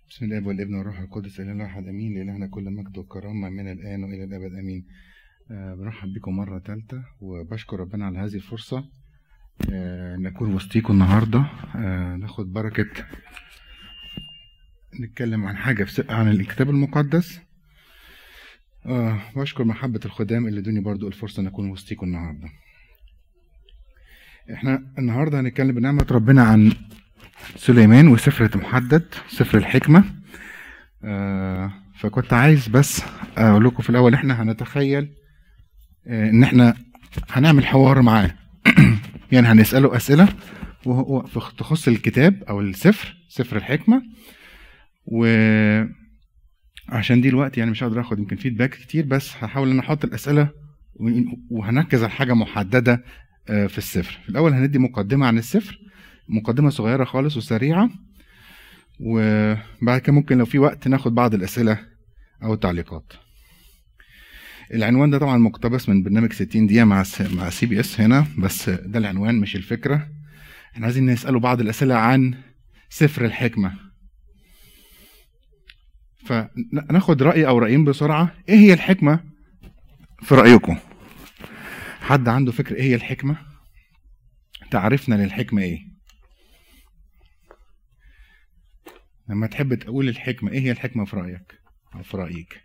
بسم الله والابن والروح القدس الاله الواحد امين. لإلهنا كل مجد وكرامه من الان والى الابد امين. برحب بكم مره ثالثه وبشكر ربنا على هذه الفرصه نكون وسطيكم النهارده. ناخد بركه نتكلم عن حاجه عن الكتاب المقدس. بشكر محبه الخدام اللي ادوني برضو الفرصه نكون وسطيكم النهارده. احنا النهارده هنتكلم بنعمه ربنا عن سليمان وسفر محدد، سفر الحكمة. فكنت عايز بس اقول لكم في الاول احنا هنتخيل ان احنا هنعمل حوار معاه يعني هنسأله اسئلة تخص الكتاب او السفر، سفر الحكمة. وعشان دي الوقت يعني مش هقدر اخد يمكن فيدباك كتير، بس هحاول ان احط الاسئلة وهنركز على حاجة محددة في السفر. في الاول هندي مقدمة عن السفر، مقدمة صغيرة خالص وسريعة، وبعد كده ممكن لو في وقت ناخد بعض الأسئلة أو التعليقات. العنوان ده طبعا مقتبس من برنامج 60 دقيقة مع CBS هنا، بس ده العنوان مش الفكرة. احنا عايزين نسأله بعض الأسئلة عن سفر الحكمة، فناخد رأي أو رأيين بسرعة. ايه هي الحكمة في رأيكم؟ حد عنده فكرة ايه هي الحكمة؟ تعرفنا للحكمة ايه؟ لما تحب تقول الحكمة، ايه هي الحكمة في رأيك او في رأيك؟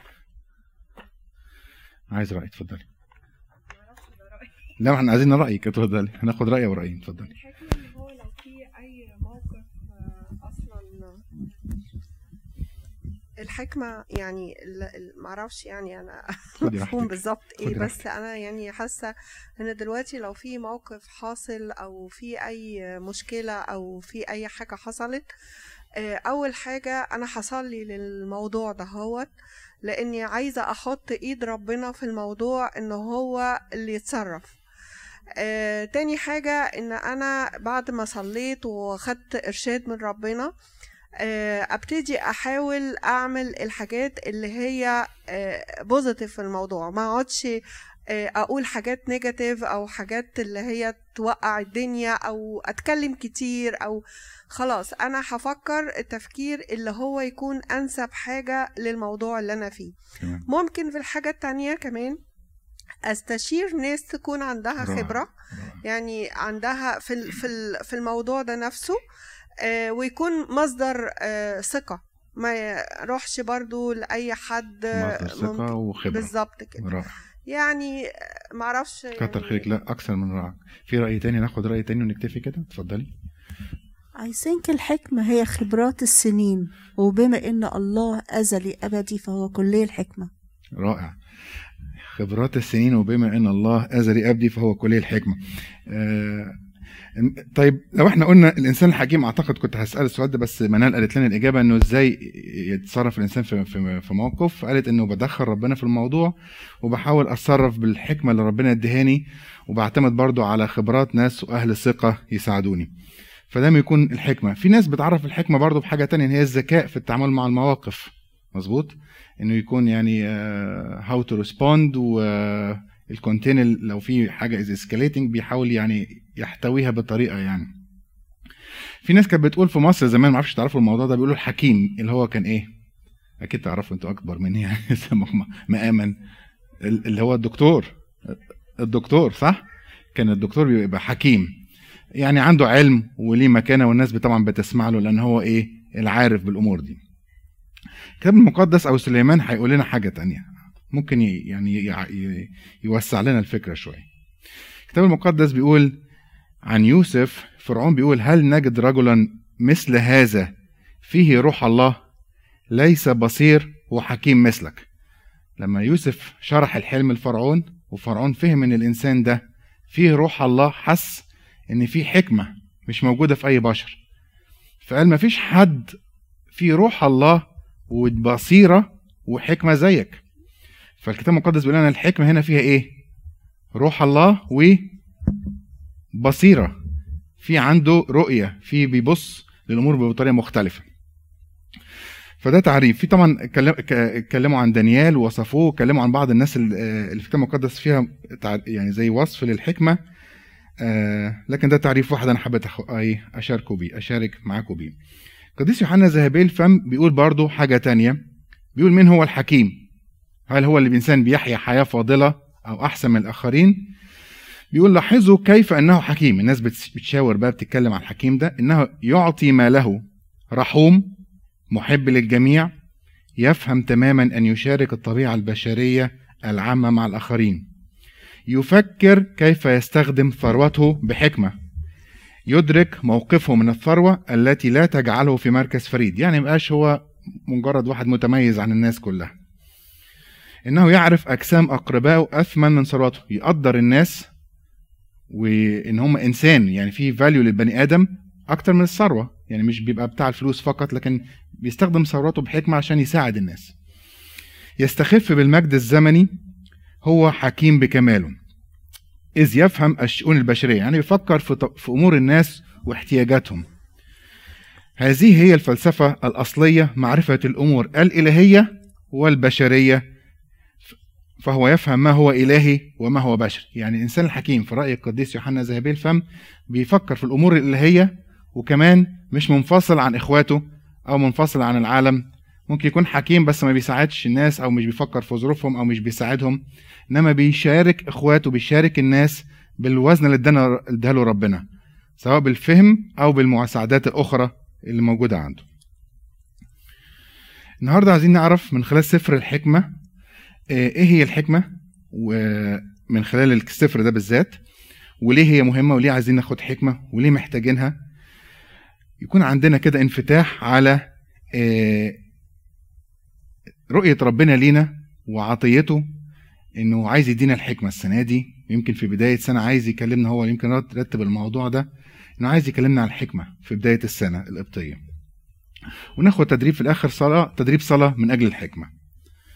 عايز رأي، اتفضلي. لا احنا عايزين رأيك، اتفضلي. هناخد رأي او رأيين، اتفضلي. الحكمة اللي هو لو في اي موقف اصلا الحكمة يعني معرفش يعني انا مفهوم بالظبط ايه، بس انا يعني حاسة ان دلوقتي لو في موقف حاصل او في اي مشكلة او في اي حاجة حصلت، اول حاجة انا هصلي للموضوع ده هوت، لاني عايزة احط ايد ربنا في الموضوع ان هو اللي يتصرف. تاني حاجة ان انا بعد ما صليت وخدت ارشاد من ربنا، ابتدي احاول اعمل الحاجات اللي هي بوزيتيف في الموضوع، ما اقعدش اقول حاجات نيجاتيف او حاجات اللي هي توقع الدنيا او اتكلم كتير، او خلاص انا هفكر التفكير اللي هو يكون انسب حاجة للموضوع اللي انا فيه. ممكن في الحاجة التانية كمان استشير ناس تكون عندها خبرة، يعني عندها في الموضوع ده نفسه، ويكون مصدر ثقة، ما يروحش برضو لأي حد. مصدر ثقة وخبرة بالظبط كده. يعني معرفش كتر يعني خيرك. لا أكثر من رائع. في رأي تاني؟ ناخد رأي تاني ونكتفي كده، اتفضلي. I think الحكمة هي خبرات السنين، وبما إن الله أزلي أبدي فهو كلية الحكمة. رائع. خبرات السنين وبما إن الله أزلي أبدي فهو كلية الحكمة. طيب لو احنا قلنا الانسان الحكيم، اعتقد كنت هسأل السؤال ده بس منال قالت لنا الاجابه انه ازاي يتصرف الانسان في موقف. قالت انه بدخل ربنا في الموضوع وبحاول اتصرف بالحكمه اللي ربنا ادهاني، وبعتمد برضو على خبرات ناس واهل ثقه يساعدوني. فده ما يكون الحكمه. في ناس بتعرف الحكمه برضو بحاجه تانية، ان هي الذكاء في التعامل مع المواقف. مظبوط، انه يكون يعني how to respond، الكونتينر لو في حاجه از اسكاليتنج بيحاول يعني يحتويها بطريقه. يعني في ناس كانت بتقول في مصر زمان، ما اعرفش تعرفوا الموضوع ده، بيقولوا الحكيم اللي هو كان ايه، اكيد تعرفوا انتوا اكبر مني يعني مآمن، اللي هو الدكتور صح، كان الدكتور بيبقى حكيم، يعني عنده علم وليه مكانه والناس طبعا بتسمع له لان هو ايه، العارف بالامور دي. الكتاب المقدس او سليمان هيقول لنا حاجه تانية ممكن يعني يوسع لنا الفكرة شوية. الكتاب المقدس بيقول عن يوسف، فرعون بيقول هل نجد رجلا مثل هذا فيه روح الله، ليس بصير وحكيم مثلك. لما يوسف شرح الحلم لفرعون وفرعون فهم ان الانسان ده فيه روح الله، حس ان فيه حكمة مش موجودة في اي بشر، فقال مفيش حد فيه روح الله وبصيرة وحكمة زيك. فالكتاب المقدس بيقول لنا الحكمة هنا فيها ايه؟ روح الله وبصيرة، في عنده رؤية، في بيبص للأمور بطريقة مختلفة. فده تعريف. في طبعا اتكلموا عن دانيال ووصفوه، اتكلموا عن بعض الناس اللي في الكتاب المقدس فيها يعني زي وصف للحكمة، لكن ده تعريف واحد انا حبيت اشارك معاكم بيه. القديس يوحنا ذهبي الفم بيقول برضو حاجة تانية، بيقول مين هو الحكيم؟ هل هو اللي الإنسان بيحيا حياة فاضلة أو أحسن من الآخرين؟ بيقول لاحظوا كيف أنه حكيم. الناس بتشاور بقى، بتتكلم عن الحكيم ده، إنه يعطي ما له، رحوم، محب للجميع، يفهم تماما أن يشارك الطبيعة البشرية العامة مع الآخرين، يفكر كيف يستخدم ثروته بحكمة، يدرك موقفه من الثروة التي لا تجعله في مركز فريد، يعني مبقاش هو مجرد واحد متميز عن الناس كلها. إنه يعرف أجسام أقربائه أثمن من ثروته، يقدر الناس وإن هم إنسان، يعني في فاليو للبني آدم أكتر من الثروة، يعني مش بيبقى بتاع الفلوس فقط، لكن بيستخدم ثروته بحكمة عشان يساعد الناس. يستخف بالمجد الزمني، هو حكيم بكماله، إذ يفهم الشؤون البشرية، يعني بيفكر في أمور الناس واحتياجاتهم. هذه هي الفلسفة الأصلية، معرفة الأمور الإلهية والبشرية، فهو يفهم ما هو إلهي وما هو بشري. يعني الإنسان الحكيم في رأي القديس يوحنا ذهبي الفم بيفكر في الأمور الإلهية، وكمان مش منفصل عن إخواته أو منفصل عن العالم. ممكن يكون حكيم بس ما بيساعدش الناس، أو مش بيفكر في ظروفهم، أو مش بيساعدهم، إنما بيشارك إخواته، بيشارك الناس بالوزن اللي اداله ربنا، سواء بالفهم أو بالمساعدات الأخرى اللي موجودة عنده. النهاردة عايزين نعرف من خلال سفر الحكمة ايه هي الحكمة، ومن خلال السفر ده بالذات، وليه هي مهمة، وليه عايزين ناخد حكمة، وليه محتاجينها. يكون عندنا كده انفتاح على رؤية ربنا لينا وعطيته، انه عايز يدينا الحكمة السنة دي. يمكن في بداية سنة عايز يكلمنا، هو يمكن رتب الموضوع ده، انه عايز يكلمنا عن الحكمة في بداية السنة القبطية. وناخد تدريب في الاخر، تدريب صلاة من اجل الحكمة.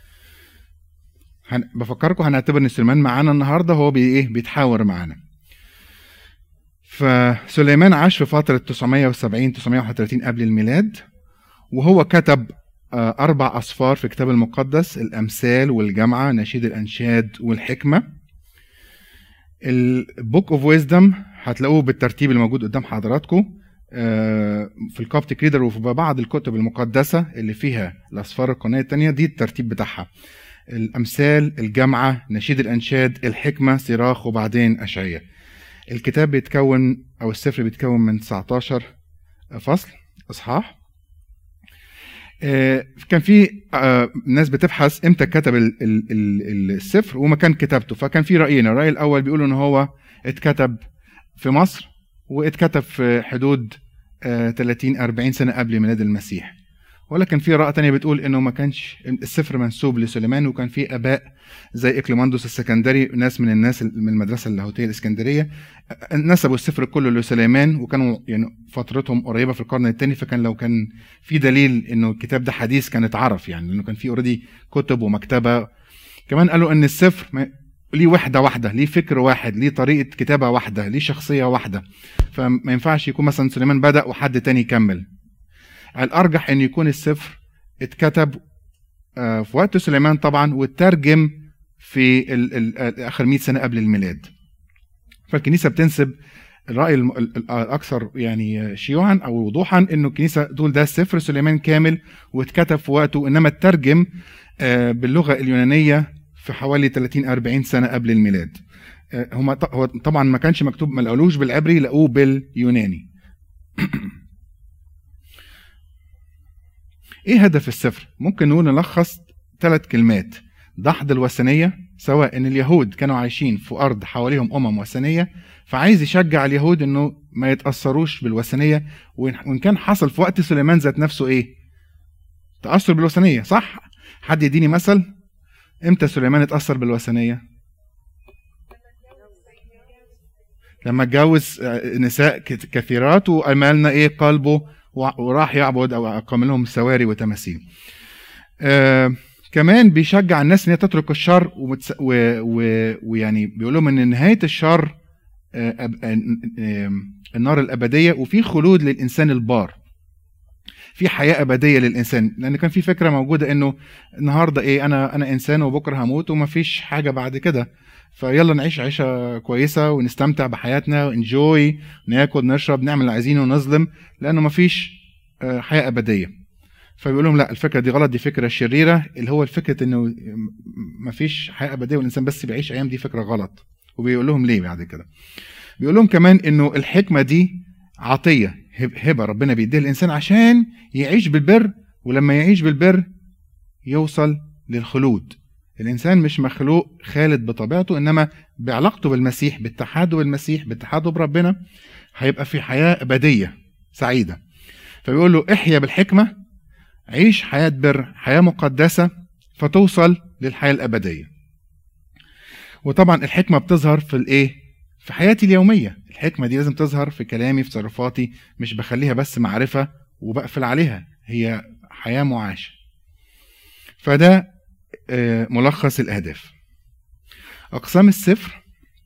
بفكركم هنعتبر ان سليمان معانا النهارده، هو بيتحاور معانا. فسليمان عاش في فترة 970-931 قبل الميلاد، وهو كتب 4 أسفار في الكتاب المقدس: الأمثال والجامعة، نشيد الأنشاد والحكمة. البوك اوف ويزدم هتلاقوه بالترتيب الموجود قدام حضراتكم في الكوبتيك ريدر، وفي بعض الكتب المقدسة اللي فيها الأسفار القانونية التانية دي الترتيب بتاعها: الأمثال، الجامعة، نشيد الأنشاد، الحكمة، صراخ، وبعدين أشعية. الكتاب بيتكون، أو السفر بيتكون من 19 فصل إصحاح. كان في ناس بتبحث امتى كتب السفر ومكان كتابته، فكان في رأيين. الرأي الأول بيقولوا إن هو اتكتب في مصر، واتكتب في حدود 30-40 سنة قبل ميلاد المسيح. ولكن في رأي تانية بتقول انه ما كانش السفر منسوب لسليمان، وكان في اباء زي اكليماندوس السكندري، ناس من من المدرسة اللاهوتية الاسكندرية، نسبوا السفر كله لسليمان، وكانوا يعني فترتهم قريبة في القرن الثاني. فكان لو كان في دليل انه الكتاب ده حديث كان اتعرف، يعني لانه كان في اوريدي كتب ومكتبة. كمان قالوا ان السفر ليه واحدة، ليه فكر واحد، ليه طريقة كتابة واحدة، ليه شخصية واحدة، فما ينفعش يكون مثلا سليمان بدأ وحد تاني يكمل. الأرجح أن يكون السفر اتكتب في وقت سليمان طبعا، واترجم في آخر 100 سنة قبل الميلاد. فالكنيسة بتنسب الرأي الأكثر يعني شيوعا أو وضوحا أنه الكنيسة تقول ده السفر سليمان كامل واتكتب في وقته، إنما اترجم باللغة اليونانية في حوالي 30-40 سنة قبل الميلاد. هو طبعا ما كانش مكتوب، ما لقولوش بالعبري، لقوه باليوناني. ايه هدف السفر؟ ممكن نقول نلخص 3 كلمات: دحض الوثنية، سواء ان اليهود كانوا عايشين في ارض حواليهم وثنية، فعايز يشجع اليهود انه ما يتأثروش بالوثنية. وان كان حصل في وقت سليمان ذات نفسه ايه؟ تأثر بالوثنية، صح؟ حد يديني مثل امتى سليمان اتأثر بالوثنية؟ لما اتجوز نساء كثيرات وأمالنا ايه قلبه، وراح يعبد او اقام لهم سواري وتماثيل. كمان بيشجع الناس ان هي تترك الشر، ويعني بيقول لهم ان نهايه الشر النار الابديه، وفي خلود للانسان البار، في حياه ابديه للانسان. لان كان في فكره موجوده انه النهارده ايه، انا انسان وبكره هموت ومفيش حاجه بعد كده، فيلا نعيش عيشه كويسه ونستمتع بحياتنا وانجوي، ناكل نشرب نعمل اللي عايزينه ونظلم، لانه مفيش حياه ابديه. فبيقول لهم لا، الفكره دي غلط، دي فكره شريره، اللي هو الفكره انه مفيش حياه ابديه والانسان بس بيعيش ايام، دي فكره غلط. وبيقول لهم ليه بعد كده. بيقول لهم كمان انه الحكمه دي عطيه، هبه ربنا بيديها الانسان عشان يعيش بالبر، ولما يعيش بالبر يوصل للخلود. الانسان مش مخلوق خالد بطبيعته، انما بعلاقته بالمسيح، باتحاده بالمسيح، باتحاده بربنا، هيبقى في حياه ابديه سعيده. فبيقول له احيا بالحكمه، عيش حياه بر، حياه مقدسه، فتوصل للحياه الابديه. وطبعا الحكمه بتظهر في الايه؟ في حياتي اليوميه. الحكمه دي لازم تظهر في كلامي، في تصرفاتي، مش بخليها بس معرفه وبقفل عليها، هي حياه معاشه. فده ملخص الاهداف. اقسام السفر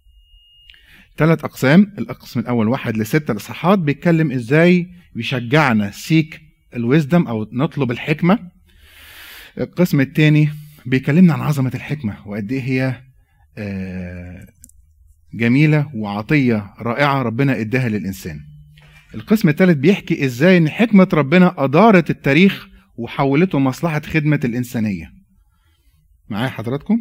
3 اقسام. القسم الاول 1 ل 6 الاصحاحات بيتكلم ازاي بيشجعنا سيك الويزدم او نطلب الحكمه. القسم الثاني بيكلمنا عن عظمه الحكمه وقد ايه هي جميله وعطيه رائعه ربنا اداها للانسان. القسم الثالث بيحكي ازاي ان حكمه ربنا ادارت التاريخ وحولته مصلحه خدمه الانسانيه. معايا حضراتكم؟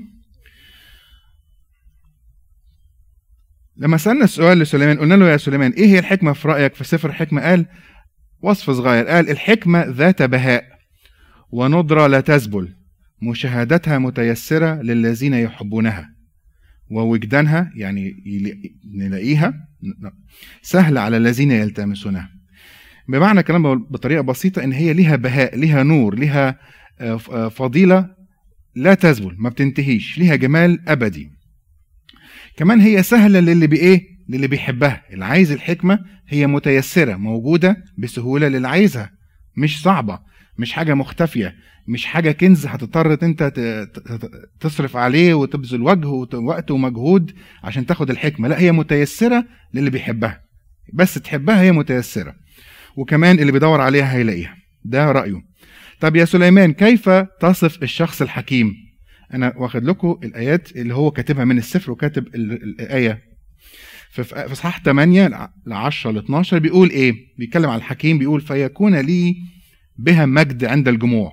لما سألنا السؤال لسليمان قلنا له يا سليمان ايه هي الحكمة في رأيك؟ في سفر الحكمة قال وصف صغير، قال الحكمة ذات بهاء وندرة لا تذبل، مشاهدتها متيسرة للذين يحبونها، ووجدانها يعني نلاقيها سهل على الذين يلتمسونها. بمعنى كلام بطريقة بسيطة ان هي لها بهاء، لها نور، لها فضيلة لا تذبل، ما بتنتهيش، لها جمال أبدي. كمان هي سهلة للي بيحبها. اللي عايز الحكمة هي متيسرة، موجودة بسهولة للي عايزها، مش صعبة، مش حاجة مختفية، مش حاجة كنز هتضطر انت تصرف عليه وتبذل وقت ومجهود عشان تاخد الحكمة. لا، هي متيسرة للي بيحبها، بس تحبها هي متيسرة، وكمان اللي بيدور عليها هيلاقيها. ده رأيه. طب يا سليمان كيف تصف الشخص الحكيم؟ أنا واخد لكم الآيات اللي هو كاتبها من السفر، وكاتب الآية في إصحاح 8 ل 10 ل 12 بيقول إيه؟ بيتكلم على الحكيم، بيقول فيكون لي بها مجد عند الجموع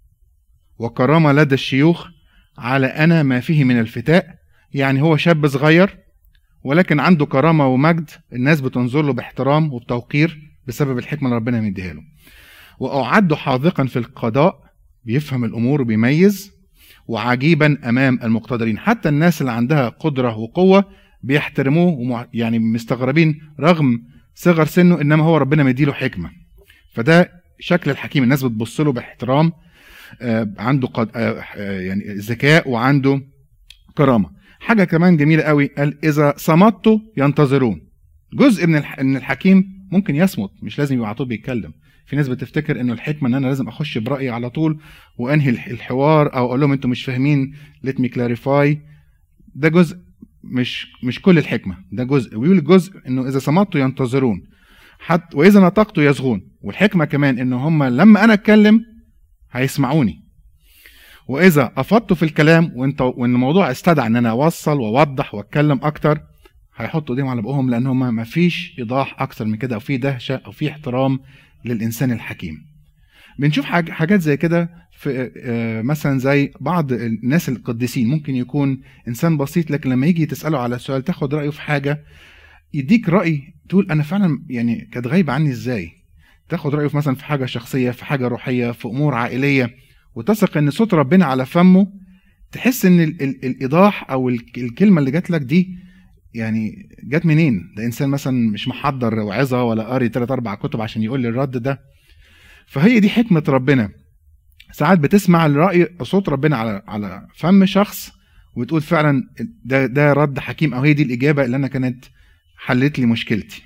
وكرامة لدى الشيوخ على أنا ما فيه من الفتاء. يعني هو شاب صغير ولكن عنده كرامة ومجد، الناس بتنظر له باحترام وبتوقير بسبب الحكمة اللي ربنا مديها له. وأعد حاذقا في القضاء، بيفهم الأمور وبيميز، وعجيبا أمام المقتدرين. حتى الناس اللي عندها قدرة وقوة بيحترموه، يعني مستغربين رغم صغر سنه، إنما هو ربنا مديله حكمة. فده شكل الحكيم، الناس بتبص له باحترام، عنده يعني ذكاء وعنده كرامة. حاجة كمان جميلة قوي، قال إذا صمتوا ينتظرون. جزء من الحكيم ممكن يصمت، مش لازم يبقى على طول بيتكلم. في ناس بتفتكر انه الحكمه ان انا لازم اخش برايي على طول وانهي الحوار، او اقول لهم انتوا مش فاهمين let me clarify. ده جزء، مش كل الحكمه، ده جزء. ويقول الجزء انه اذا صمتوا ينتظرون، حتى واذا نطقتوا يصغون. والحكمه كمان ان هم لما انا اتكلم هيسمعوني، واذا افضت في الكلام وان الموضوع استدعى ان انا اوصل واوضح واتكلم اكتر، هيحطوا ايديهم على بقهم، لان هم ما فيش ايضاح اكتر من كده، او في دهشه او في احترام للإنسان الحكيم. بنشوف حاجات زي كده في مثلا زي بعض الناس القديسين. ممكن يكون إنسان بسيط، لكن لما يجي تسأله على سؤال تاخد رأيه في حاجة، يديك رأي تقول أنا فعلا يعني كانت غايبة عني إزاي. تاخد رأيه في مثلا في حاجة شخصية، في حاجة روحية، في أمور عائلية، وتثق إن صوت ربنا على فمه. تحس إن الإيضاح أو الكلمة اللي جات لك دي يعني جات منين؟ ده انسان مثلا مش محضر وعظه ولا قاري 3-4 كتب عشان يقول لي الرد ده. فهي دي حكمه ربنا. ساعات بتسمع الراي صوت ربنا على فم شخص وتقول فعلا ده رد حكيم، او هي دي الاجابه اللي انا كانت حلت لي مشكلتي.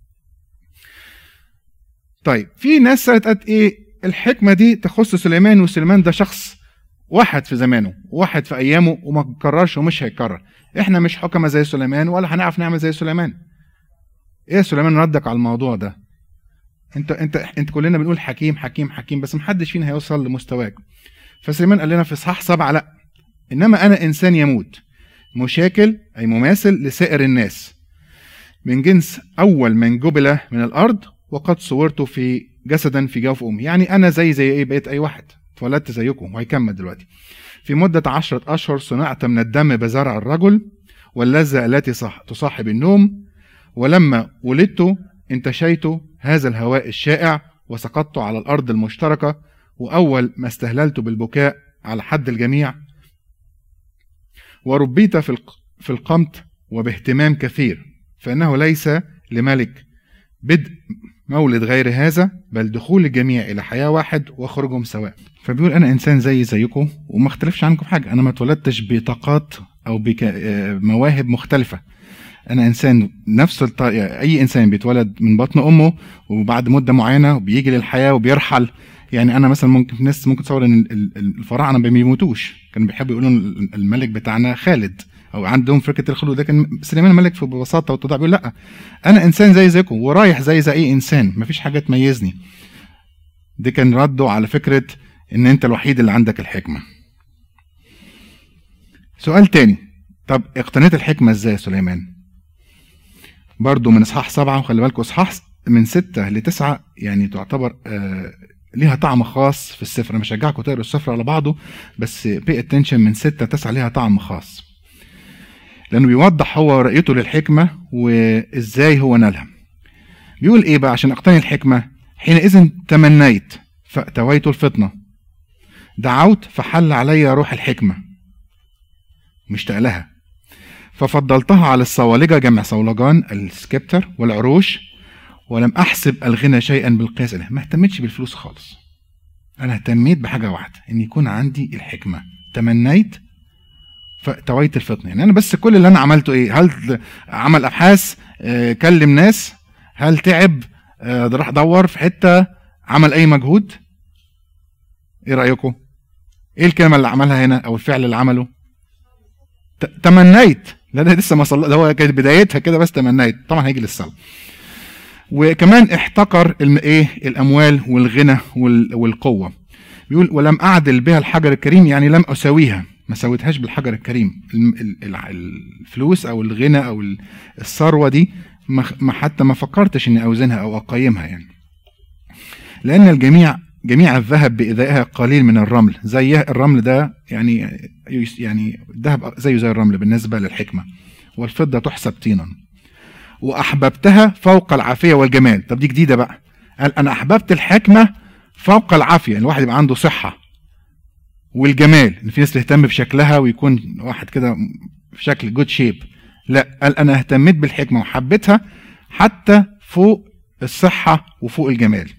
طيب في ناس سالت ايه الحكمه دي تخص سليمان، وسليمان ده شخص واحد في زمانه، واحد في ايامه، وما كررش ومش هيكرر. احنا مش حكمة زي سليمان ولا هنعرف نعمل زي سليمان. ايه سليمان ردك على الموضوع ده؟ انت كلنا بنقول حكيم حكيم حكيم، بس محدش فينا هيوصل لمستواك. فسليمان قال لنا في اصحاح 7 لا، انما انا انسان يموت مشاكل اي مماثل لسائر الناس، من جنس اول من جبل من الارض، وقد صورت في جسدا في جوف امي. يعني انا زي ايه، بقيت اي واحد، اتولدت زيكم. وهيكمل دلوقتي: في مدة 10 أشهر صنعت من الدم بزرع الرجل واللذة التي تصاحب النوم، ولما ولدت انتشيت هذا الهواء الشائع وسقطت على الأرض المشتركة، وأول ما استهللت بالبكاء على حد الجميع، وربيت في القمت وباهتمام كثير، فإنه ليس لملك بدء مولد غير هذا، بل دخول الجميع إلى حياة واحد وخروجهم سواء. فبيقول أنا إنسان زيكم وما اختلفش عنكم في حاجة، أنا ما اتولدتش بطاقات أو بمواهب مختلفة. أنا إنسان نفس الطريقة أي إنسان بيتولد من بطن أمه، وبعد مدة معينة وبيجي للحياة وبيرحل. يعني أنا مثلا ناس ممكن تصور إن الفراعنة ما بيموتوش، كانوا بيحبوا يقولوا الملك بتاعنا خالد، او عندهم فكره الخلود. لكن سليمان الملك في ببساطه واتضاع بيقول لا، انا انسان زيكم ورايح زي اي انسان، مفيش حاجه تميزني. ده كان رده على فكره ان انت الوحيد اللي عندك الحكمه. سؤال تاني: طب اقتنيت الحكمه ازاي يا سليمان؟ برضو من اصحاح 7، وخلي بالكم اصحاح من 6 ل 9 يعني تعتبر ليها طعم خاص في السفر. انا بشجعكم تقروا السفر على بعضه، بس pay attention من 6 ل 9 ليها طعم خاص، لأنه بيوضح هو رأيته للحكمة وإزاي هو نالها. بيقول إيه بقى عشان أقتني الحكمة؟ حينئذ تمنيت فأتويت الفطنة، دعوت فحل علي روح الحكمة، مشتاق لها، ففضلتها على الصوالجة جمع صولجان السكبتر والعروش، ولم أحسب الغنى شيئا بالقياس له. ما اهتمتش بالفلوس خالص، أنا اهتميت بحاجة واحدة، إن يكون عندي الحكمة. تمنيت فتويت الفطنة. يعني انا بس كل اللي انا عملته ايه؟ هل عمل ابحاث، كلم ناس، هل تعب، راح دور في حتة، عمل اي مجهود؟ ايه رأيكم؟ ايه الكلمة اللي عملها هنا او الفعل اللي عمله؟ تمنيت. لا ده لسه ما صلى، ده هو كانت بدايتها كده بس تمنيت. طبعا هيجي للصلاة. وكمان احتقر الاموال والغنى والقوة. بيقول ولم اعدل بها الحجر الكريم، يعني لم اساويها، ما سويتهاش بالحجر الكريم. الفلوس او الغنى او الثروه دي ما حتى ما فكرتش اني اوزنها او اقيمها، يعني لان جميع الذهب بإذائها قليل من الرمل. زي الرمل ده يعني الذهب زيه زي الرمل بالنسبه للحكمه، والفضه تحسب طينا. واحببتها فوق العافيه والجمال. طب دي جديده بقى، قال انا احببت الحكمه فوق العافيه، الواحد يبقى عنده صحه والجمال، ان في ناس تهتم بشكلها ويكون واحد كده في شكل جود شيب. لا، قال انا اهتميت بالحكمه وحبيتها حتى فوق الصحه وفوق الجمال.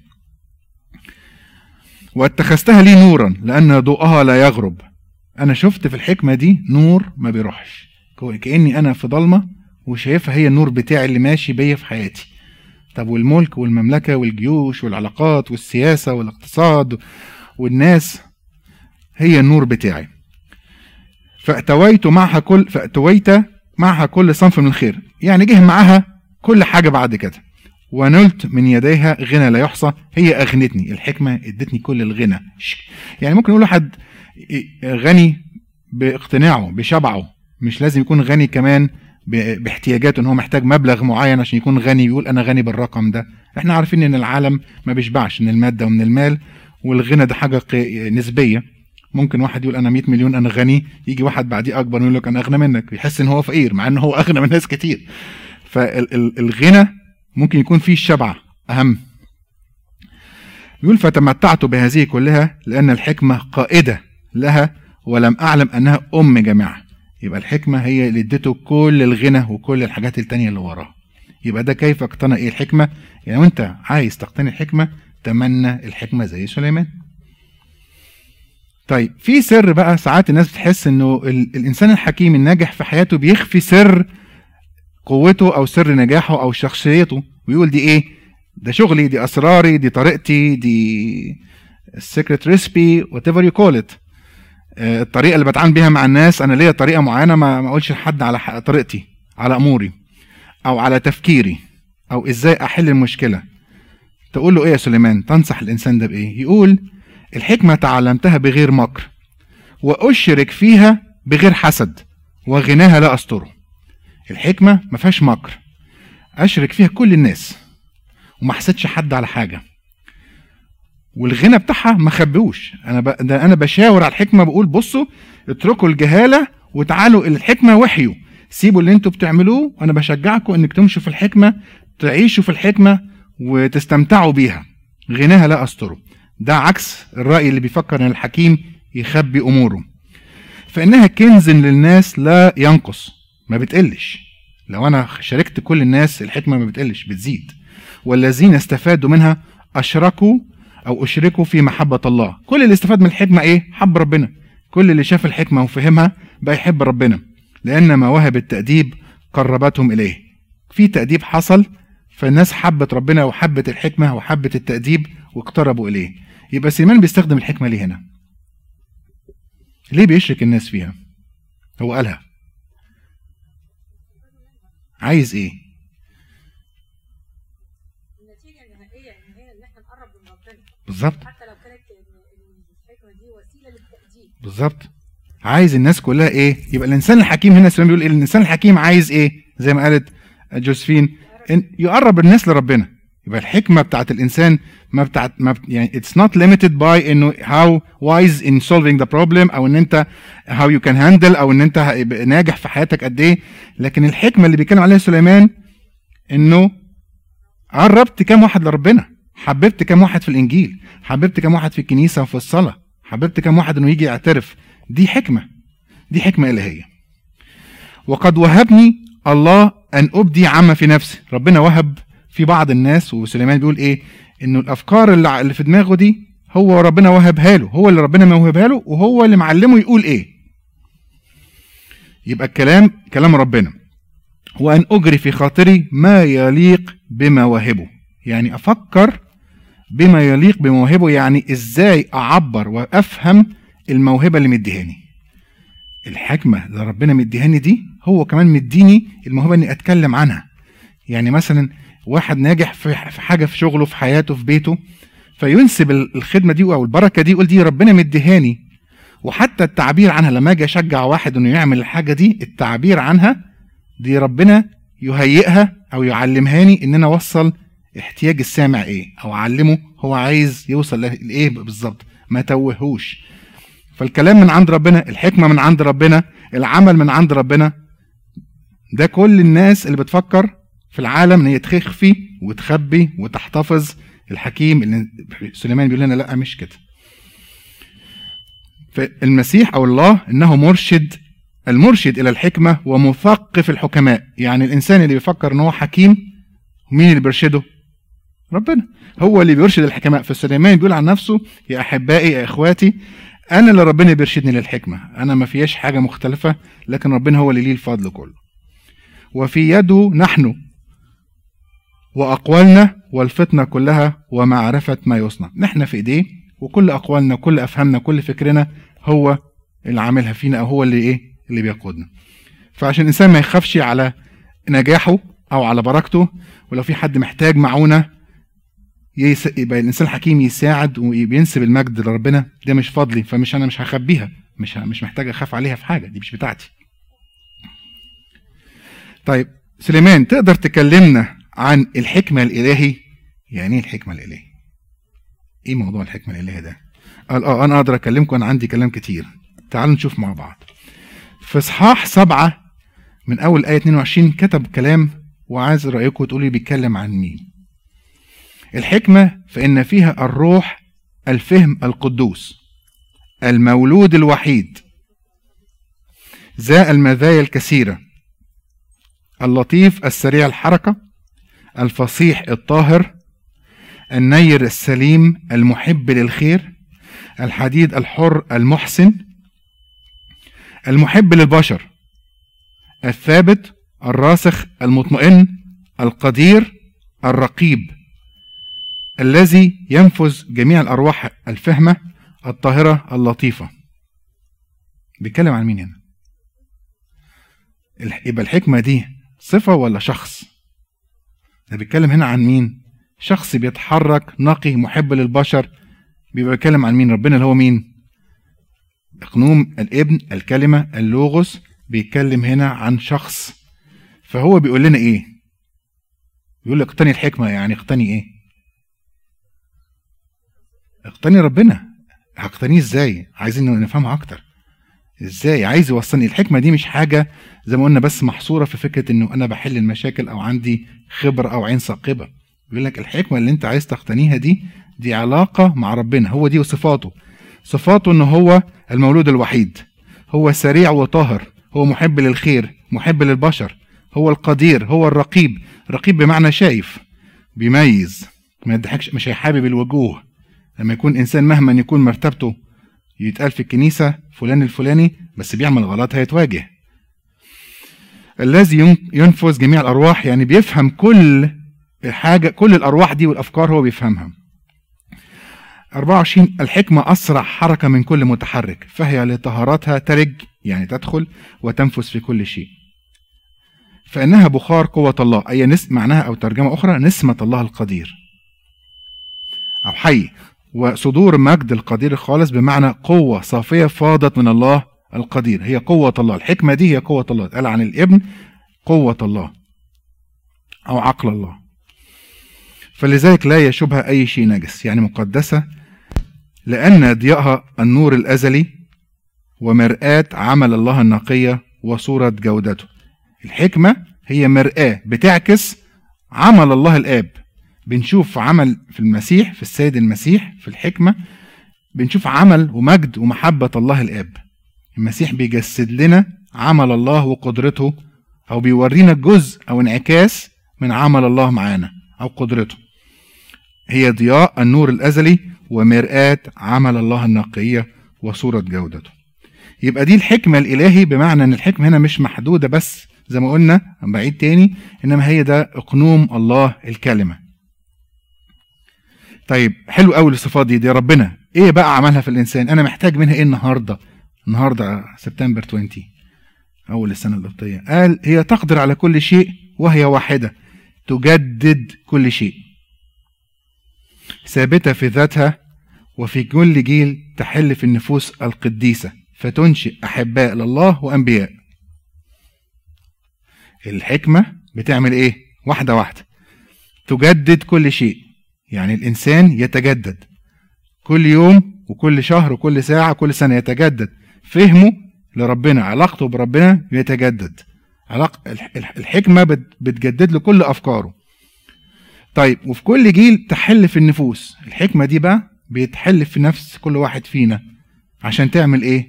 واتخذتها لي نورا لان ضوءها لا يغرب. انا شفت في الحكمه دي نور ما بيروحش، كاني انا في ضلمه وشايفها هي النور بتاعي اللي ماشي بيا في حياتي. طب والملك والمملكه والجيوش والعلاقات والسياسه والاقتصاد والناس هي النور بتاعي. فأتويت معها كل صنف من الخير، يعني جه معها كل حاجة بعد كده. ونلت من يديها غنى لا يحصى، هي أغنتني. الحكمة ادتني كل الغنى. يعني ممكن نقول واحد غني باقتناعه بشبعه، مش لازم يكون غني كمان باحتياجاته، ان هو محتاج مبلغ معين عشان يكون غني يقول انا غني بالرقم ده. احنا عارفين ان العالم ما بيشبعش من المادة ومن المال، والغنى ده حاجة نسبية. ممكن واحد يقول انا 100 مليون انا غني، يجي واحد بعديه اكبر يقول لك انا اغنى منك، يحس ان هو فقير مع ان هو اغنى من ناس كتير. فالغنى ممكن يكون فيه الشبع اهم. يقول فتمتعت بهذه كلها لان الحكمة قائدة لها ولم اعلم انها ام جميعها. يبقى الحكمة هي اللي ادته كل الغنى وكل الحاجات التانية اللي وراها. يبقى ده كيف اقتنى الحكمة. يعني وانت عايز تقتني الحكمة تمنى الحكمة زي سليمان. طيب في سر بقى، ساعات الناس بتحس انه الانسان الحكيم الناجح في حياته بيخفي سر قوته او سر نجاحه او شخصيته، ويقول دي ايه؟ ده شغلي، دي اسراري، دي طريقتي، دي السيكريت ريسبي وات ايفر يو كول ات. الطريقه اللي بتعامل بيها مع الناس، انا ليا طريقه معينه ما اقولش لحد على طريقتي، على اموري او على تفكيري او ازاي احل المشكله. تقول له ايه يا سليمان؟ تنصح الانسان ده بايه؟ يقول الحكمة تعلمتها بغير مكر، وأشرك فيها بغير حسد، وغناها لا أستره. الحكمة ما فيهاش مكر، أشرك فيها كل الناس وما حسدش حد على حاجة، والغنى بتاعها ما خبيوش. انا بشاور على الحكمه، بقول بصوا اتركوا الجهاله وتعالوا الحكمه وحيوا، سيبوا اللي انتوا بتعملوه، وانا بشجعكم انك تمشوا في الحكمه، تعيشوا في الحكمه وتستمتعوا بيها، غناها لا استره. ده عكس الراي اللي بيفكر ان الحكيم يخبي اموره. فانها كنز للناس لا ينقص، ما بتقلش. لو انا شاركت كل الناس الحكمه ما بتقلش، بتزيد. والذين استفادوا منها اشركوا في محبه الله. كل اللي استفاد من الحكمه ايه؟ حب ربنا. كل اللي شاف الحكمه وفهمها بقى يحب ربنا، لان مواهب التأديب قربتهم اليه. في تأديب حصل، فالناس حبت ربنا وحبت الحكمه وحبت التأديب واقتربوا اليه. يبقى سليمان بيستخدم الحكمه ليه هنا؟ ليه بيشرك الناس فيها؟ هو قالها عايز ايه؟ النتيجه النهائيه ان احنا نقرب من ربنا. بالظبط. حتى لو كانت الحكمه دي وسيله للتأديب. بالظبط. عايز الناس كلها ايه؟ يبقى الانسان الحكيم هنا سليمان بيقول ايه؟ الانسان الحكيم عايز ايه؟ زي ما قالت جوزفين، إن يقرب الناس لربنا. يبقى الحكمه بتاعت الانسان يعني it's not limited by انه how wise in solving the problem، او ان انت how you can handle، او ان انت ناجح في حياتك قد ايه. لكن الحكمه اللي بيتكلم عليها سليمان انه قربت كام واحد لربنا، حببت كام واحد في الانجيل، حببت كام واحد في الكنيسه وفي الصلاه، حببت كام واحد انه يجي يعترف. دي حكمه، دي حكمه الهيه. وقد وهبني الله ان ابدي عما في نفسي. ربنا وهب في بعض الناس، وسليمان بيقول ايه؟ انه الافكار اللي في دماغه دي هو ربنا وهبها له، هو اللي ربنا موهبها له، وهو اللي معلمه يقول ايه. يبقى الكلام كلام ربنا. وان اجري في خاطري ما يليق بمواهبه، يعني افكر بما يليق بمواهبه، يعني ازاي اعبر وافهم الموهبه اللي مديهاني. الحكمه اللي ربنا مديهاني دي هو كمان مديني الموهبه اني اتكلم عنها. يعني مثلا واحد ناجح في حاجه في شغله، في حياته، في بيته، فينسب الخدمه دي او البركه دي، يقول دي ربنا مديهاني. وحتى التعبير عنها لما اجي اشجع واحد انه يعمل الحاجه دي، التعبير عنها دي ربنا يهيئها او يعلمهاني ان انا اوصل احتياج السامع ايه، او اعلمه هو عايز يوصل لايه بالظبط، ما توهوش. فالكلام من عند ربنا، الحكمه من عند ربنا، العمل من عند ربنا. ده كل الناس اللي بتفكر في العالم ان هي تخفي وتخبي وتحتفظ. الحكيم اللي سليمان بيقول لنا لا، مش كده. فالمسيح او الله انه المرشد الى الحكمه ومثقف الحكماء. يعني الانسان اللي بيفكر ان هو حكيم، مين اللي بيرشده؟ ربنا. هو اللي بيرشد الحكماء. فسليمان بيقول عن نفسه يا احبائي يا اخواتي، انا اللي ربنا بيرشدني للحكمه، انا ما فيش حاجه مختلفه، لكن ربنا هو اللي ليه الفضل كله. وفي يده نحن واقوالنا والفطنه كلها ومعرفه ما يصنع. نحن في ايديه، وكل اقوالنا كل افهامنا كل فكرنا هو اللي عاملها فينا، او هو اللي اللي بيقودنا. فعشان الانسان ما يخافش على نجاحه او على بركته، ولو في حد محتاج معونه يبقى الانسان الحكيم يساعد وبينسب المجد لربنا. ده مش فضلي، فمش انا مش هخبيها، مش محتاج اخاف عليها في حاجه، دي مش بتاعتي. طيب سليمان، تقدر تكلمنا عن الحكمه الالهي؟ يعني ايه الحكمه الالهي؟ ايه موضوع الحكمه الالهي ده؟ قال انا اقدر اكلمكم، انا عندي كلام كتير. تعالوا نشوف مع بعض. في اصحاح 7 من اول ايه 22 كتب كلام، وعايز رايكم تقولوا بيتكلم عن مين. الحكمه فان فيها الروح الفهم القدوس المولود الوحيد ذا المزايا الكثيره، اللطيف السريع الحركه، الفصيح الطاهر، النير السليم المحب للخير، الحديد الحر المحسن، المحب للبشر، الثابت الراسخ المطمئن، القدير الرقيب، الذي ينفذ جميع الأرواح الفهمة، الطاهرة اللطيفة. بيتكلم عن مين هنا؟ يبقى الحكمة دي صفة ولا شخص؟ ده بيتكلم هنا عن مين؟ شخص بيتحرك نقي محب للبشر. بيبقى بيتكلم عن مين؟ ربنا اللي هو مين؟ اقنوم الابن الكلمة اللوغوس. بيتكلم هنا عن شخص. فهو بيقول لنا ايه؟ بيقول لك اقتني الحكمة. يعني اقتني ايه؟ اقتني ربنا. هقتنيه ازاي؟ عايزين نفهمها اكتر. ازاي عايز يوصلني؟ الحكمه دي مش حاجه زي ما قلنا بس محصوره في فكره انه انا بحل المشاكل او عندي خبره او عين ثاقبه. بيقول لك الحكمه اللي انت عايز تقتنيها دي علاقه مع ربنا. هو دي صفاته انه هو المولود الوحيد، هو سريع وطاهر، هو محب للخير، محب للبشر، هو القدير، هو الرقيب. رقيب بمعنى شايف، بيميز، ما يضحكش، مش هيحابب الوجوه. لما يكون انسان مهما يكون مرتبته يتقال في الكنيسه فلان الفلاني بس بيعمل غلط هيتواجه. الذي ينفذ جميع الارواح، يعني بيفهم كل حاجه، كل الارواح دي والافكار هو بيفهمها. 24 الحكمه اسرع حركه من كل متحرك، فهي لطهارتها ترج، يعني تدخل وتنفذ في كل شيء. فانها بخار قوه الله، اي معناها او ترجمه اخرى نسمه الله القدير او حي، وصدور مجد القدير الخالص، بمعنى قوة صافية فاضت من الله القدير. هي قوة الله. الحكمة دي هي قوة الله. قال عن الابن قوة الله أو عقل الله. فلذلك لا يشبه أي شيء نجس، يعني مقدسة، لأن ضياءها النور الأزلي ومرآة عمل الله النقية وصورة جودته. الحكمة هي مرآة بتعكس عمل الله الآب. بنشوف عمل في المسيح، في السيد المسيح، في الحكمة بنشوف عمل ومجد ومحبة الله الآب. المسيح بيجسد لنا عمل الله وقدرته، أو بيورينا جزء أو انعكاس من عمل الله معانا أو قدرته. هي ضياء النور الأزلي ومرآة عمل الله النقية وصورة جودته. يبقى دي الحكمة الإلهي، بمعنى أن الحكمة هنا مش محدودة بس زي ما قلنا، بعيد تاني، إنما هي ده إقنوم الله الكلمة. طيب حلو قوي الصفات دي ربنا ايه بقى عملها في الانسان؟ انا محتاج منها ايه النهارده سبتمبر 20 اول السنه القبطيه؟ قال هي تقدر على كل شيء وهي واحده، تجدد كل شيء، ثابته في ذاتها وفي كل جيل تحل في النفوس القديسه، فتنشئ احباء لله وانبياء. الحكمه بتعمل ايه؟ واحده واحده، تجدد كل شيء، يعني الإنسان يتجدد كل يوم وكل شهر وكل ساعة وكل سنة، يتجدد فهمه لربنا، علاقته بربنا يتجدد. الحكمة بتجدد له كل أفكاره. طيب وفي كل جيل تحل في النفوس. الحكمة دي بقى بيتحل في نفس كل واحد فينا عشان تعمل إيه؟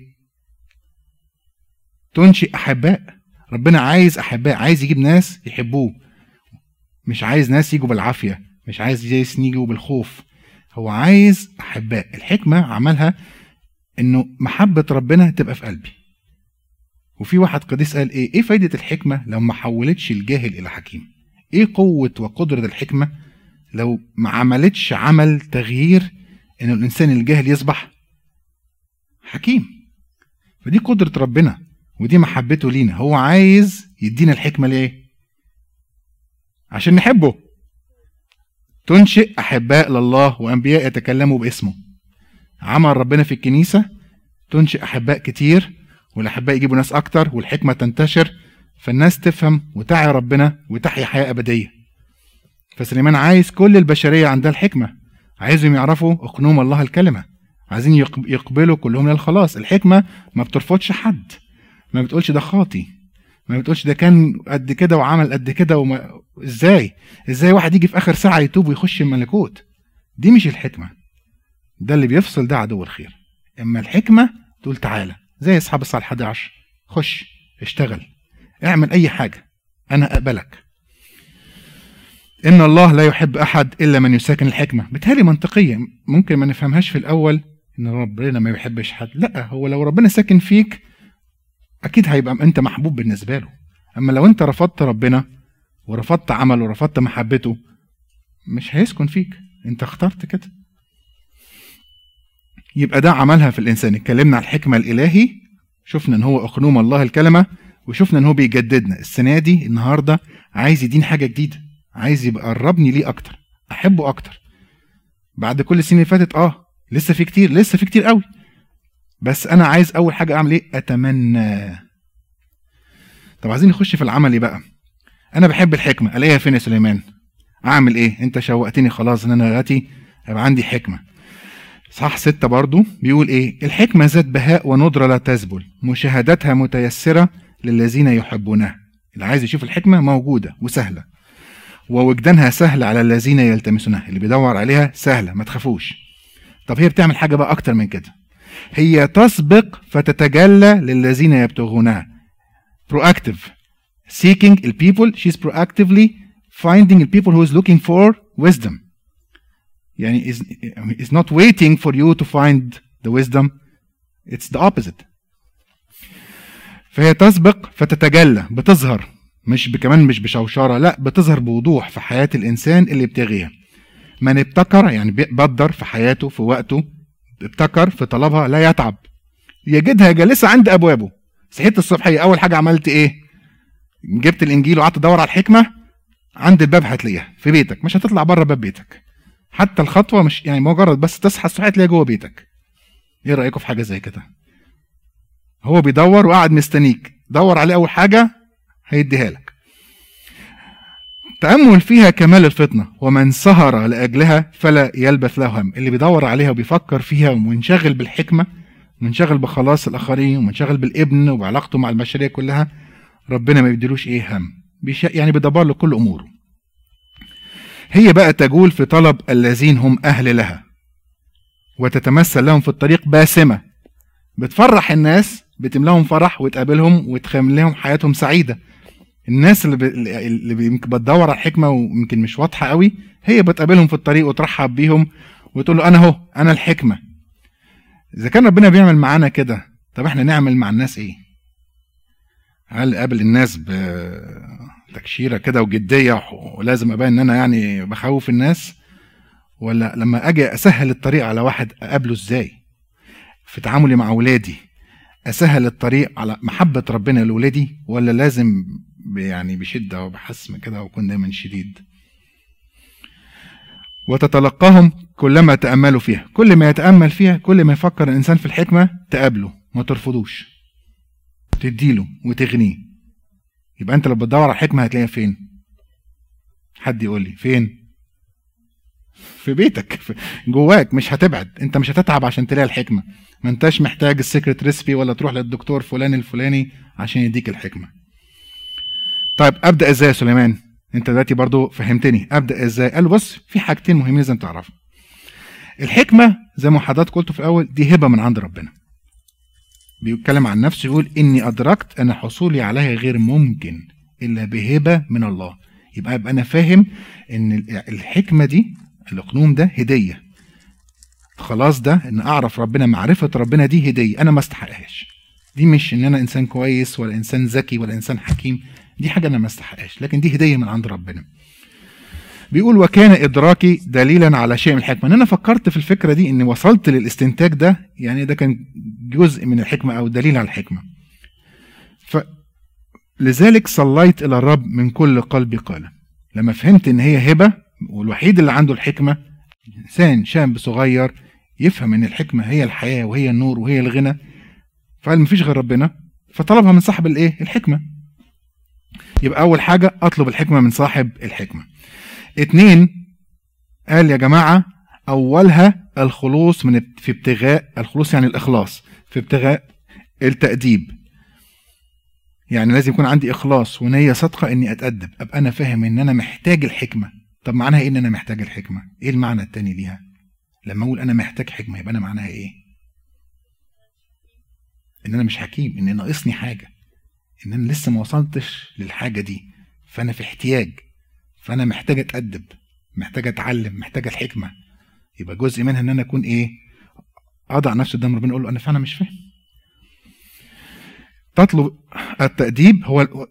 تنشئ أحباء. ربنا عايز أحباء، عايز يجيب ناس يحبوه، مش عايز ناس يجوا بالعافية، مش عايز ناس يجوا بالخوف، هو عايز أحباء. الحكمة عملها إنه محبة ربنا تبقى في قلبي. وفي واحد قديس قال إيه فايدة الحكمة لو ما حولتش الجاهل إلى حكيم؟ إيه قوة وقدرة الحكمة لو ما عملتش عمل تغيير إن الإنسان الجاهل يصبح حكيم؟ فدي قدرة ربنا ودي محبته لينا. هو عايز يدينا الحكمة ليه؟ عشان نحبه. تنشئ أحباء لله وأنبياء يتكلموا باسمه. عمل ربنا في الكنيسة تنشئ أحباء كتير، والأحباء يجيبوا ناس أكتر، والحكمة تنتشر، فالناس تفهم وتعي ربنا وتحيا حياة أبدية. فسليمان عايز كل البشرية عندها الحكمة، عايزهم يعرفوا أقنوم الله الكلمة، عايزين يقبلوا كلهم للخلاص. الحكمة ما بترفضش حد، ما بتقولش ده خاطي، ما بتقولش ده كان قد كده وعمل قد كده ازاي واحد يجي في اخر ساعه يتوب ويخش الملكوت؟ دي مش الحكمه، ده اللي بيفصل، ده عدو الخير. اما الحكمه تقول تعالى زي اصحاب الساعه 11، خش اشتغل اعمل اي حاجه انا اقبلك. ان الله لا يحب احد الا من يساكن الحكمه. بتهيألي منطقيه، ممكن ما نفهمهاش في الاول ان ربنا ما يحبش حد، لا، هو لو ربنا ساكن فيك اكيد هيبقى انت محبوب بالنسبه له. اما لو انت رفضت ربنا ورفضت عمله ورفضت محبته مش هيسكن فيك، انت اخترت كده. يبقى ده عملها في الانسان. اتكلمنا عن الحكمه الالهي، شفنا ان هو اقنوم الله الكلمه، وشفنا ان هو بيجددنا. السنه دي النهارده عايز يديني حاجه جديده، عايز يبقى قربني ليه اكتر، احبه اكتر. بعد كل السنين اللي فاتت لسه في كتير قوي، بس انا عايز اول حاجه اعمل ايه؟ اتمنى. طب عايزين نخش في العملي بقى. انا بحب الحكمه، الاقيها فين يا سليمان؟ اعمل ايه؟ انت شوقتني خلاص ان انا دلوقتي هيبقى عندي حكمه. صح 6 برضو بيقول ايه؟ الحكمة ذات بهاء وندرة لا تذبل، مشاهدتها متيسرة للذين يحبونها. اللي عايز يشوف الحكمة موجودة وسهلة، ووجدانها سهل على الذين يلتمسونها. اللي بيدور عليها سهلة، ما تخافوش. طب هي بتعمل حاجة بقى أكتر من كده، هي تسبق فتتجلى للذين يبتغونها. proactive seeking the people, she's proactively finding the people who is looking for wisdom. يعني is not waiting for you to find the wisdom, it's the opposite. فهي تسبق فتتجلى، بتظهر، كمان مش بشوشرة، لا بتظهر بوضوح في حياة الإنسان اللي يبتغيها. من ابتكر يعني بيقدر في حياته في وقته، ابتكر في طلبها لا يتعب، يجدها جالسة عند أبوابه. صحيت الصبحية أول حاجة عملت إيه؟ جبت الإنجيل وقعدت تدور على الحكمة، عند الباب هتلاقيها في بيتك، مش هتطلع بره باب بيتك. حتى الخطوة مش يعني مجرد بس تصحى الصبح تلاقيها جوه بيتك. إيه رأيكم في حاجة زي كده؟ هو بيدور وقاعد مستنيك، دور عليه أول حاجة هيديها لك. تأمل فيها كمال الفطنة، ومن سهر لأجلها فلا يلبث له هم. اللي بيدور عليها وبيفكر فيها ومنشغل بالحكمة، منشغل بخلاص الآخرين، ومنشغل بالابن وبعلاقته مع البشرية كلها، ربنا ما بيديلوش إيه هم، يعني بيدبر له كل أموره. هي بقى تجول في طلب الذين هم أهل لها، وتتمثل لهم في الطريق باسمة، بتفرح الناس، بتملاهم فرح وتقابلهم وتخلي لهم حياتهم سعيدة. الناس اللي بتدور على الحكمة ويمكن مش واضحة قوي، هي بتقابلهم في الطريق وترحب بيهم وتقول له أنا هو، أنا الحكمة. إذا كان ربنا بيعمل معانا كده، طب إحنا نعمل مع الناس إيه؟ هل قابل الناس بتكشيرة كده وجدية ولازم أبان إن أنا يعني بخوف الناس؟ ولا لما أجي أسهل الطريق على واحد أقابله إزاي؟ في تعاملي مع ولادي أسهل الطريق على محبة ربنا لولادي، ولا لازم يعني بشدة وبحسم كده وأكون دايما شديد؟ وتتلقاهم كلما تأملوا فيها، كل ما يتأمل فيها كل ما يفكر الإنسان في الحكمة تقابله، ما ترفضوش، تديله وتغنيه. يبقى أنت لو بتدور على الحكمة هتلاقيها فين؟ حد يقول لي فين؟ في بيتك، جواك، مش هتبعد. انت مش هتتعب عشان تلاقي الحكمة، ما انتش محتاج السيكريت ريسبي ولا تروح للدكتور فلان الفلاني عشان يديك الحكمة. طيب ابدأ ازاي يا سليمان؟ انت دلوقتي برضو فهمتني، ابدأ ازاي؟ قال بص، في حاجتين مهمين لازم تعرفها. الحكمة زي ما حضرتك قلت في الاول دي هبة من عند ربنا. بيتكلم عن نفسه يقول اني ادركت ان حصولي عليها غير ممكن الا بهبة من الله. يبقى انا فاهم ان الحكمة دي، الأقنوم ده هدية. خلاص ده ان اعرف ربنا، معرفة ربنا دي هدية انا ما استحقهاش. دي مش ان انا انسان كويس ولا انسان ذكي ولا انسان حكيم، دي حاجة انا ما استحقهاش، لكن دي هدية من عند ربنا. بيقول وكان ادراكي دليلا على شيء من الحكمة. ان انا فكرت في الفكرة دي، اني وصلت للاستنتاج ده، يعني ده كان جزء من الحكمة او دليل على الحكمة. لذلك صليت الى الرب من كل قلبي قال. لما فهمت ان هي هبة، والوحيد اللي عنده الحكمة انسان شاب صغير يفهم ان الحكمة هي الحياة وهي النور وهي الغنى، فقال مفيش غير ربنا، فطلبها من صاحب الايه؟ الحكمة. يبقى اول حاجة اطلب الحكمة من صاحب الحكمة. 2 قال يا جماعة اولها الخلوص في ابتغاء، الخلوص يعني الاخلاص، في ابتغاء التأديب. يعني لازم يكون عندي اخلاص ونية صادقة اني اتأدب، ابقى انا فاهم ان انا محتاج الحكمة. طب معناها ايه ان انا محتاج الحكمة؟ ايه المعنى التاني ليها؟ لما اقول انا محتاج حكمة يبقى انا معناها ايه؟ ان انا مش حكيم، ان ناقصني حاجة، ان انا لسه ما وصلتش للحاجة دي، فانا في احتياج، فانا محتاج اتأدب، محتاج اتعلم، محتاج الحكمة. يبقى جزء منها ان انا اكون ايه؟ اضع نفسي قدام ربنا اقول له انا فعلا مش فاهم. تطلب التأديب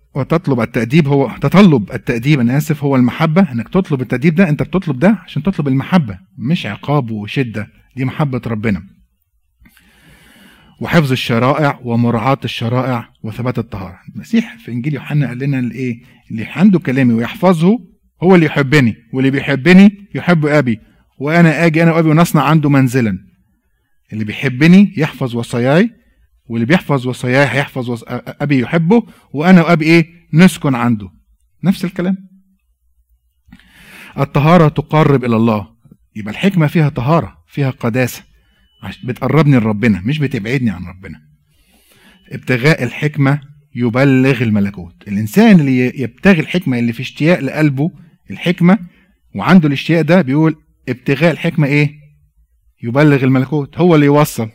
انا اسف هو المحبة. انك تطلب التأديب ده، انت بتطلب ده عشان تطلب المحبة، مش عقاب وشدة، دي محبة ربنا. وحفظ الشرائع ومراعاة الشرائع وثبات الطهارة. المسيح في انجيل يوحنا قال لنا الايه؟ اللي عنده كلامي ويحفظه هو اللي يحبني، واللي بيحبني يحب ابي، وانا اجي انا وابي ونصنع عنده منزلا. اللي بيحبني يحفظ وصاياي، واللي بيحفظ وصاياي هيحفظ ابي يحبه، وانا وابي ايه؟ نسكن عنده. نفس الكلام. الطهارة تقرب الى الله. يبقى الحكمة فيها طهارة، فيها قداسة. بتقربني لربنا مش بتبعدني عن ربنا. ابتغاء الحكمة يبلغ الملكوت. الإنسان اللي يبتغي الحكمة، اللي في اشتياق لقلبه الحكمة وعنده الاشتياق ده، بيقول ابتغاء الحكمة ايه؟ يبلغ الملكوت، هو اللي يوصل.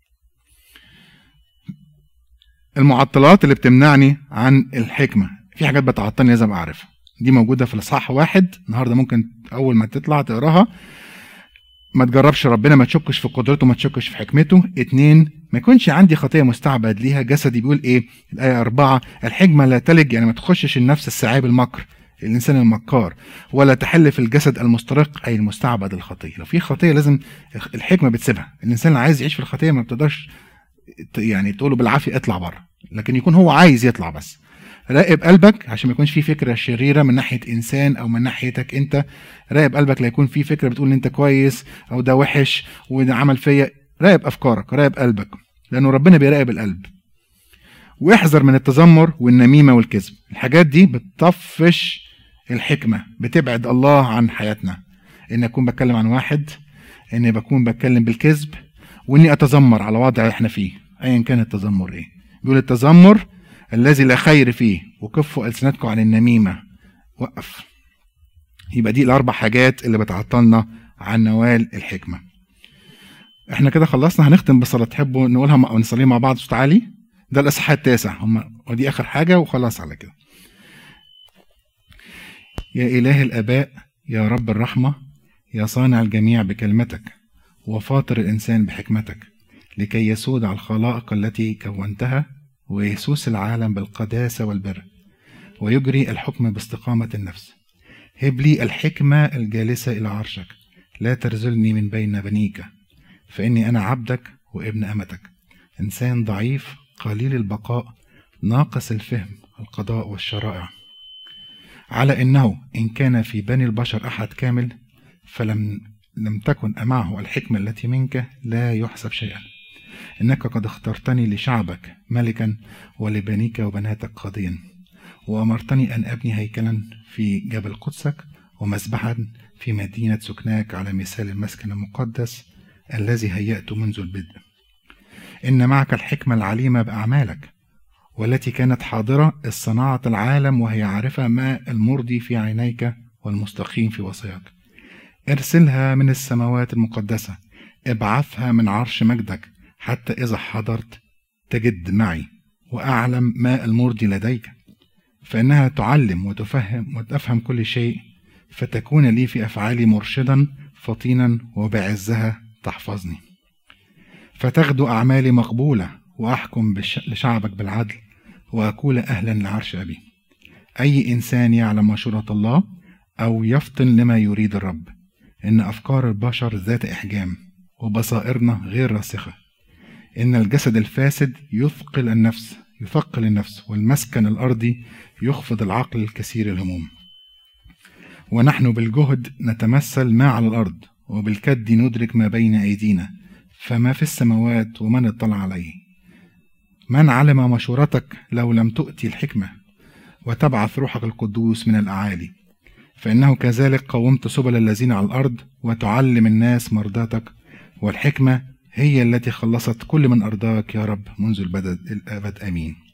المعطلات اللي بتمنعني عن الحكمة، في حاجات بتعطلني لازم اعرفها، دي موجودة في الإصحاح 1 النهاردة، ممكن أول ما تطلع تقراها. ما تجربش ربنا، ما تشكش في قدرته، ما تشكش في حكمته. 2 ما يكونش عندي خطية مستعبد ليها جسدي. بيقول ايه الآية 4؟ الحكمة لا تلج، يعني ما تخشش النفس السعاب المكر، الإنسان المكار، ولا تحل في الجسد المسترق أي المستعبد الخطية. لو في خطية لازم الحكمة بتسيبها. الإنسان اللي عايز يعيش في الخطية ما بتقدرش يعني تقوله بالعافية اطلع بره، لكن يكون هو عايز يطلع بس. راقب قلبك عشان ما يكونش في فكرة شريرة من ناحية إنسان أو من ناحيتك أنت. راقب قلبك لا يكون في فكرة بتقول إن أنت كويس أو ده وحش وده عمل فيا. راقب أفكارك، راقب قلبك، لأنه ربنا بيراقب القلب. واحذر من التذمر والنميمة والكذب. الحاجات دي بتطفش الحكمة، بتبعد الله عن حياتنا. إن أكون بتكلم عن واحد، إني بكون بتكلم بالكذب، وإني أتذمر على وضع إحنا فيه أيا كان التذمر إيه. بيقول التذمر الذي لا خير فيه، وكفوا ألسنتكم عن النميمة. وقف. يبقى دي الأربع حاجات اللي بتعطلنا عن نوال الحكمة. احنا كده خلصنا. هنختم بصلاة تحبوا نقولها أو نصليها مع بعض صوت عالي؟ ده الإصحاح 9 ودي آخر حاجة وخلاص على كده. يا إله الآباء، يا رب الرحمة، يا صانع الجميع بكلمتك وفاطر الإنسان بحكمتك، لكي يسود على الخلائق التي كونتها ويسوس العالم بالقداسة والبر ويجري الحكم باستقامة النفس. هب لي الحكمة الجالسة إلى عرشك، لا ترزلني من بين بنيك، فإني أنا عبدك وابن أمتك، إنسان ضعيف قليل البقاء ناقص الفهم القضاء والشرائع. على إنه إن كان في بني البشر أحد كامل فلم تكن معه الحكمة التي منك لا يحسب شيئا. إنك قد اخترتني لشعبك ملكا ولبنيك وبناتك قاضيا، وأمرتني أن أبني هيكلا في جبل قدسك ومسبحا في مدينة سكناك على مثال المسكن المقدس الذي هيأت منذ البدء. إن معك الحكمة العليمة بأعمالك، والتي كانت حاضرة إذ صنعت العالم وهي عارفة ما المرضي في عينيك والمستقيم في وصاياك. ارسلها من السماوات المقدسة، ابعثها من عرش مجدك، حتى إذا حضرت تجد معي وأعلم ما المرضي لديك، فإنها تعلم وتفهم كل شيء، فتكون لي في أفعالي مرشدا فطينا وبعزها تحفظني. فتغدو أعمالي مقبولة وأحكم لشعبك بالعدل وأكون أهلا لعرش أبي. أي إنسان يعلم مشورة الله أو يفطن لما يريد الرب. إن أفكار البشر ذات إحجام وبصائرنا غير راسخة. إن الجسد الفاسد يثقل النفس والمسكن الأرضي يخفض العقل الكثير الهموم. ونحن بالجهد نتمثل ما على الأرض، وبالكد ندرك ما بين أيدينا، فما في السماوات ومن اطلع عليه. من علم مشورتك لو لم تؤتي الحكمة وتبعث روحك القدوس من الأعالي، فإنه كذلك قومت سبل الذين على الأرض وتعلم الناس مرضاتك، والحكمة هي التي خلصت كل من أرضاك يا رب منذ الأبد. آمين.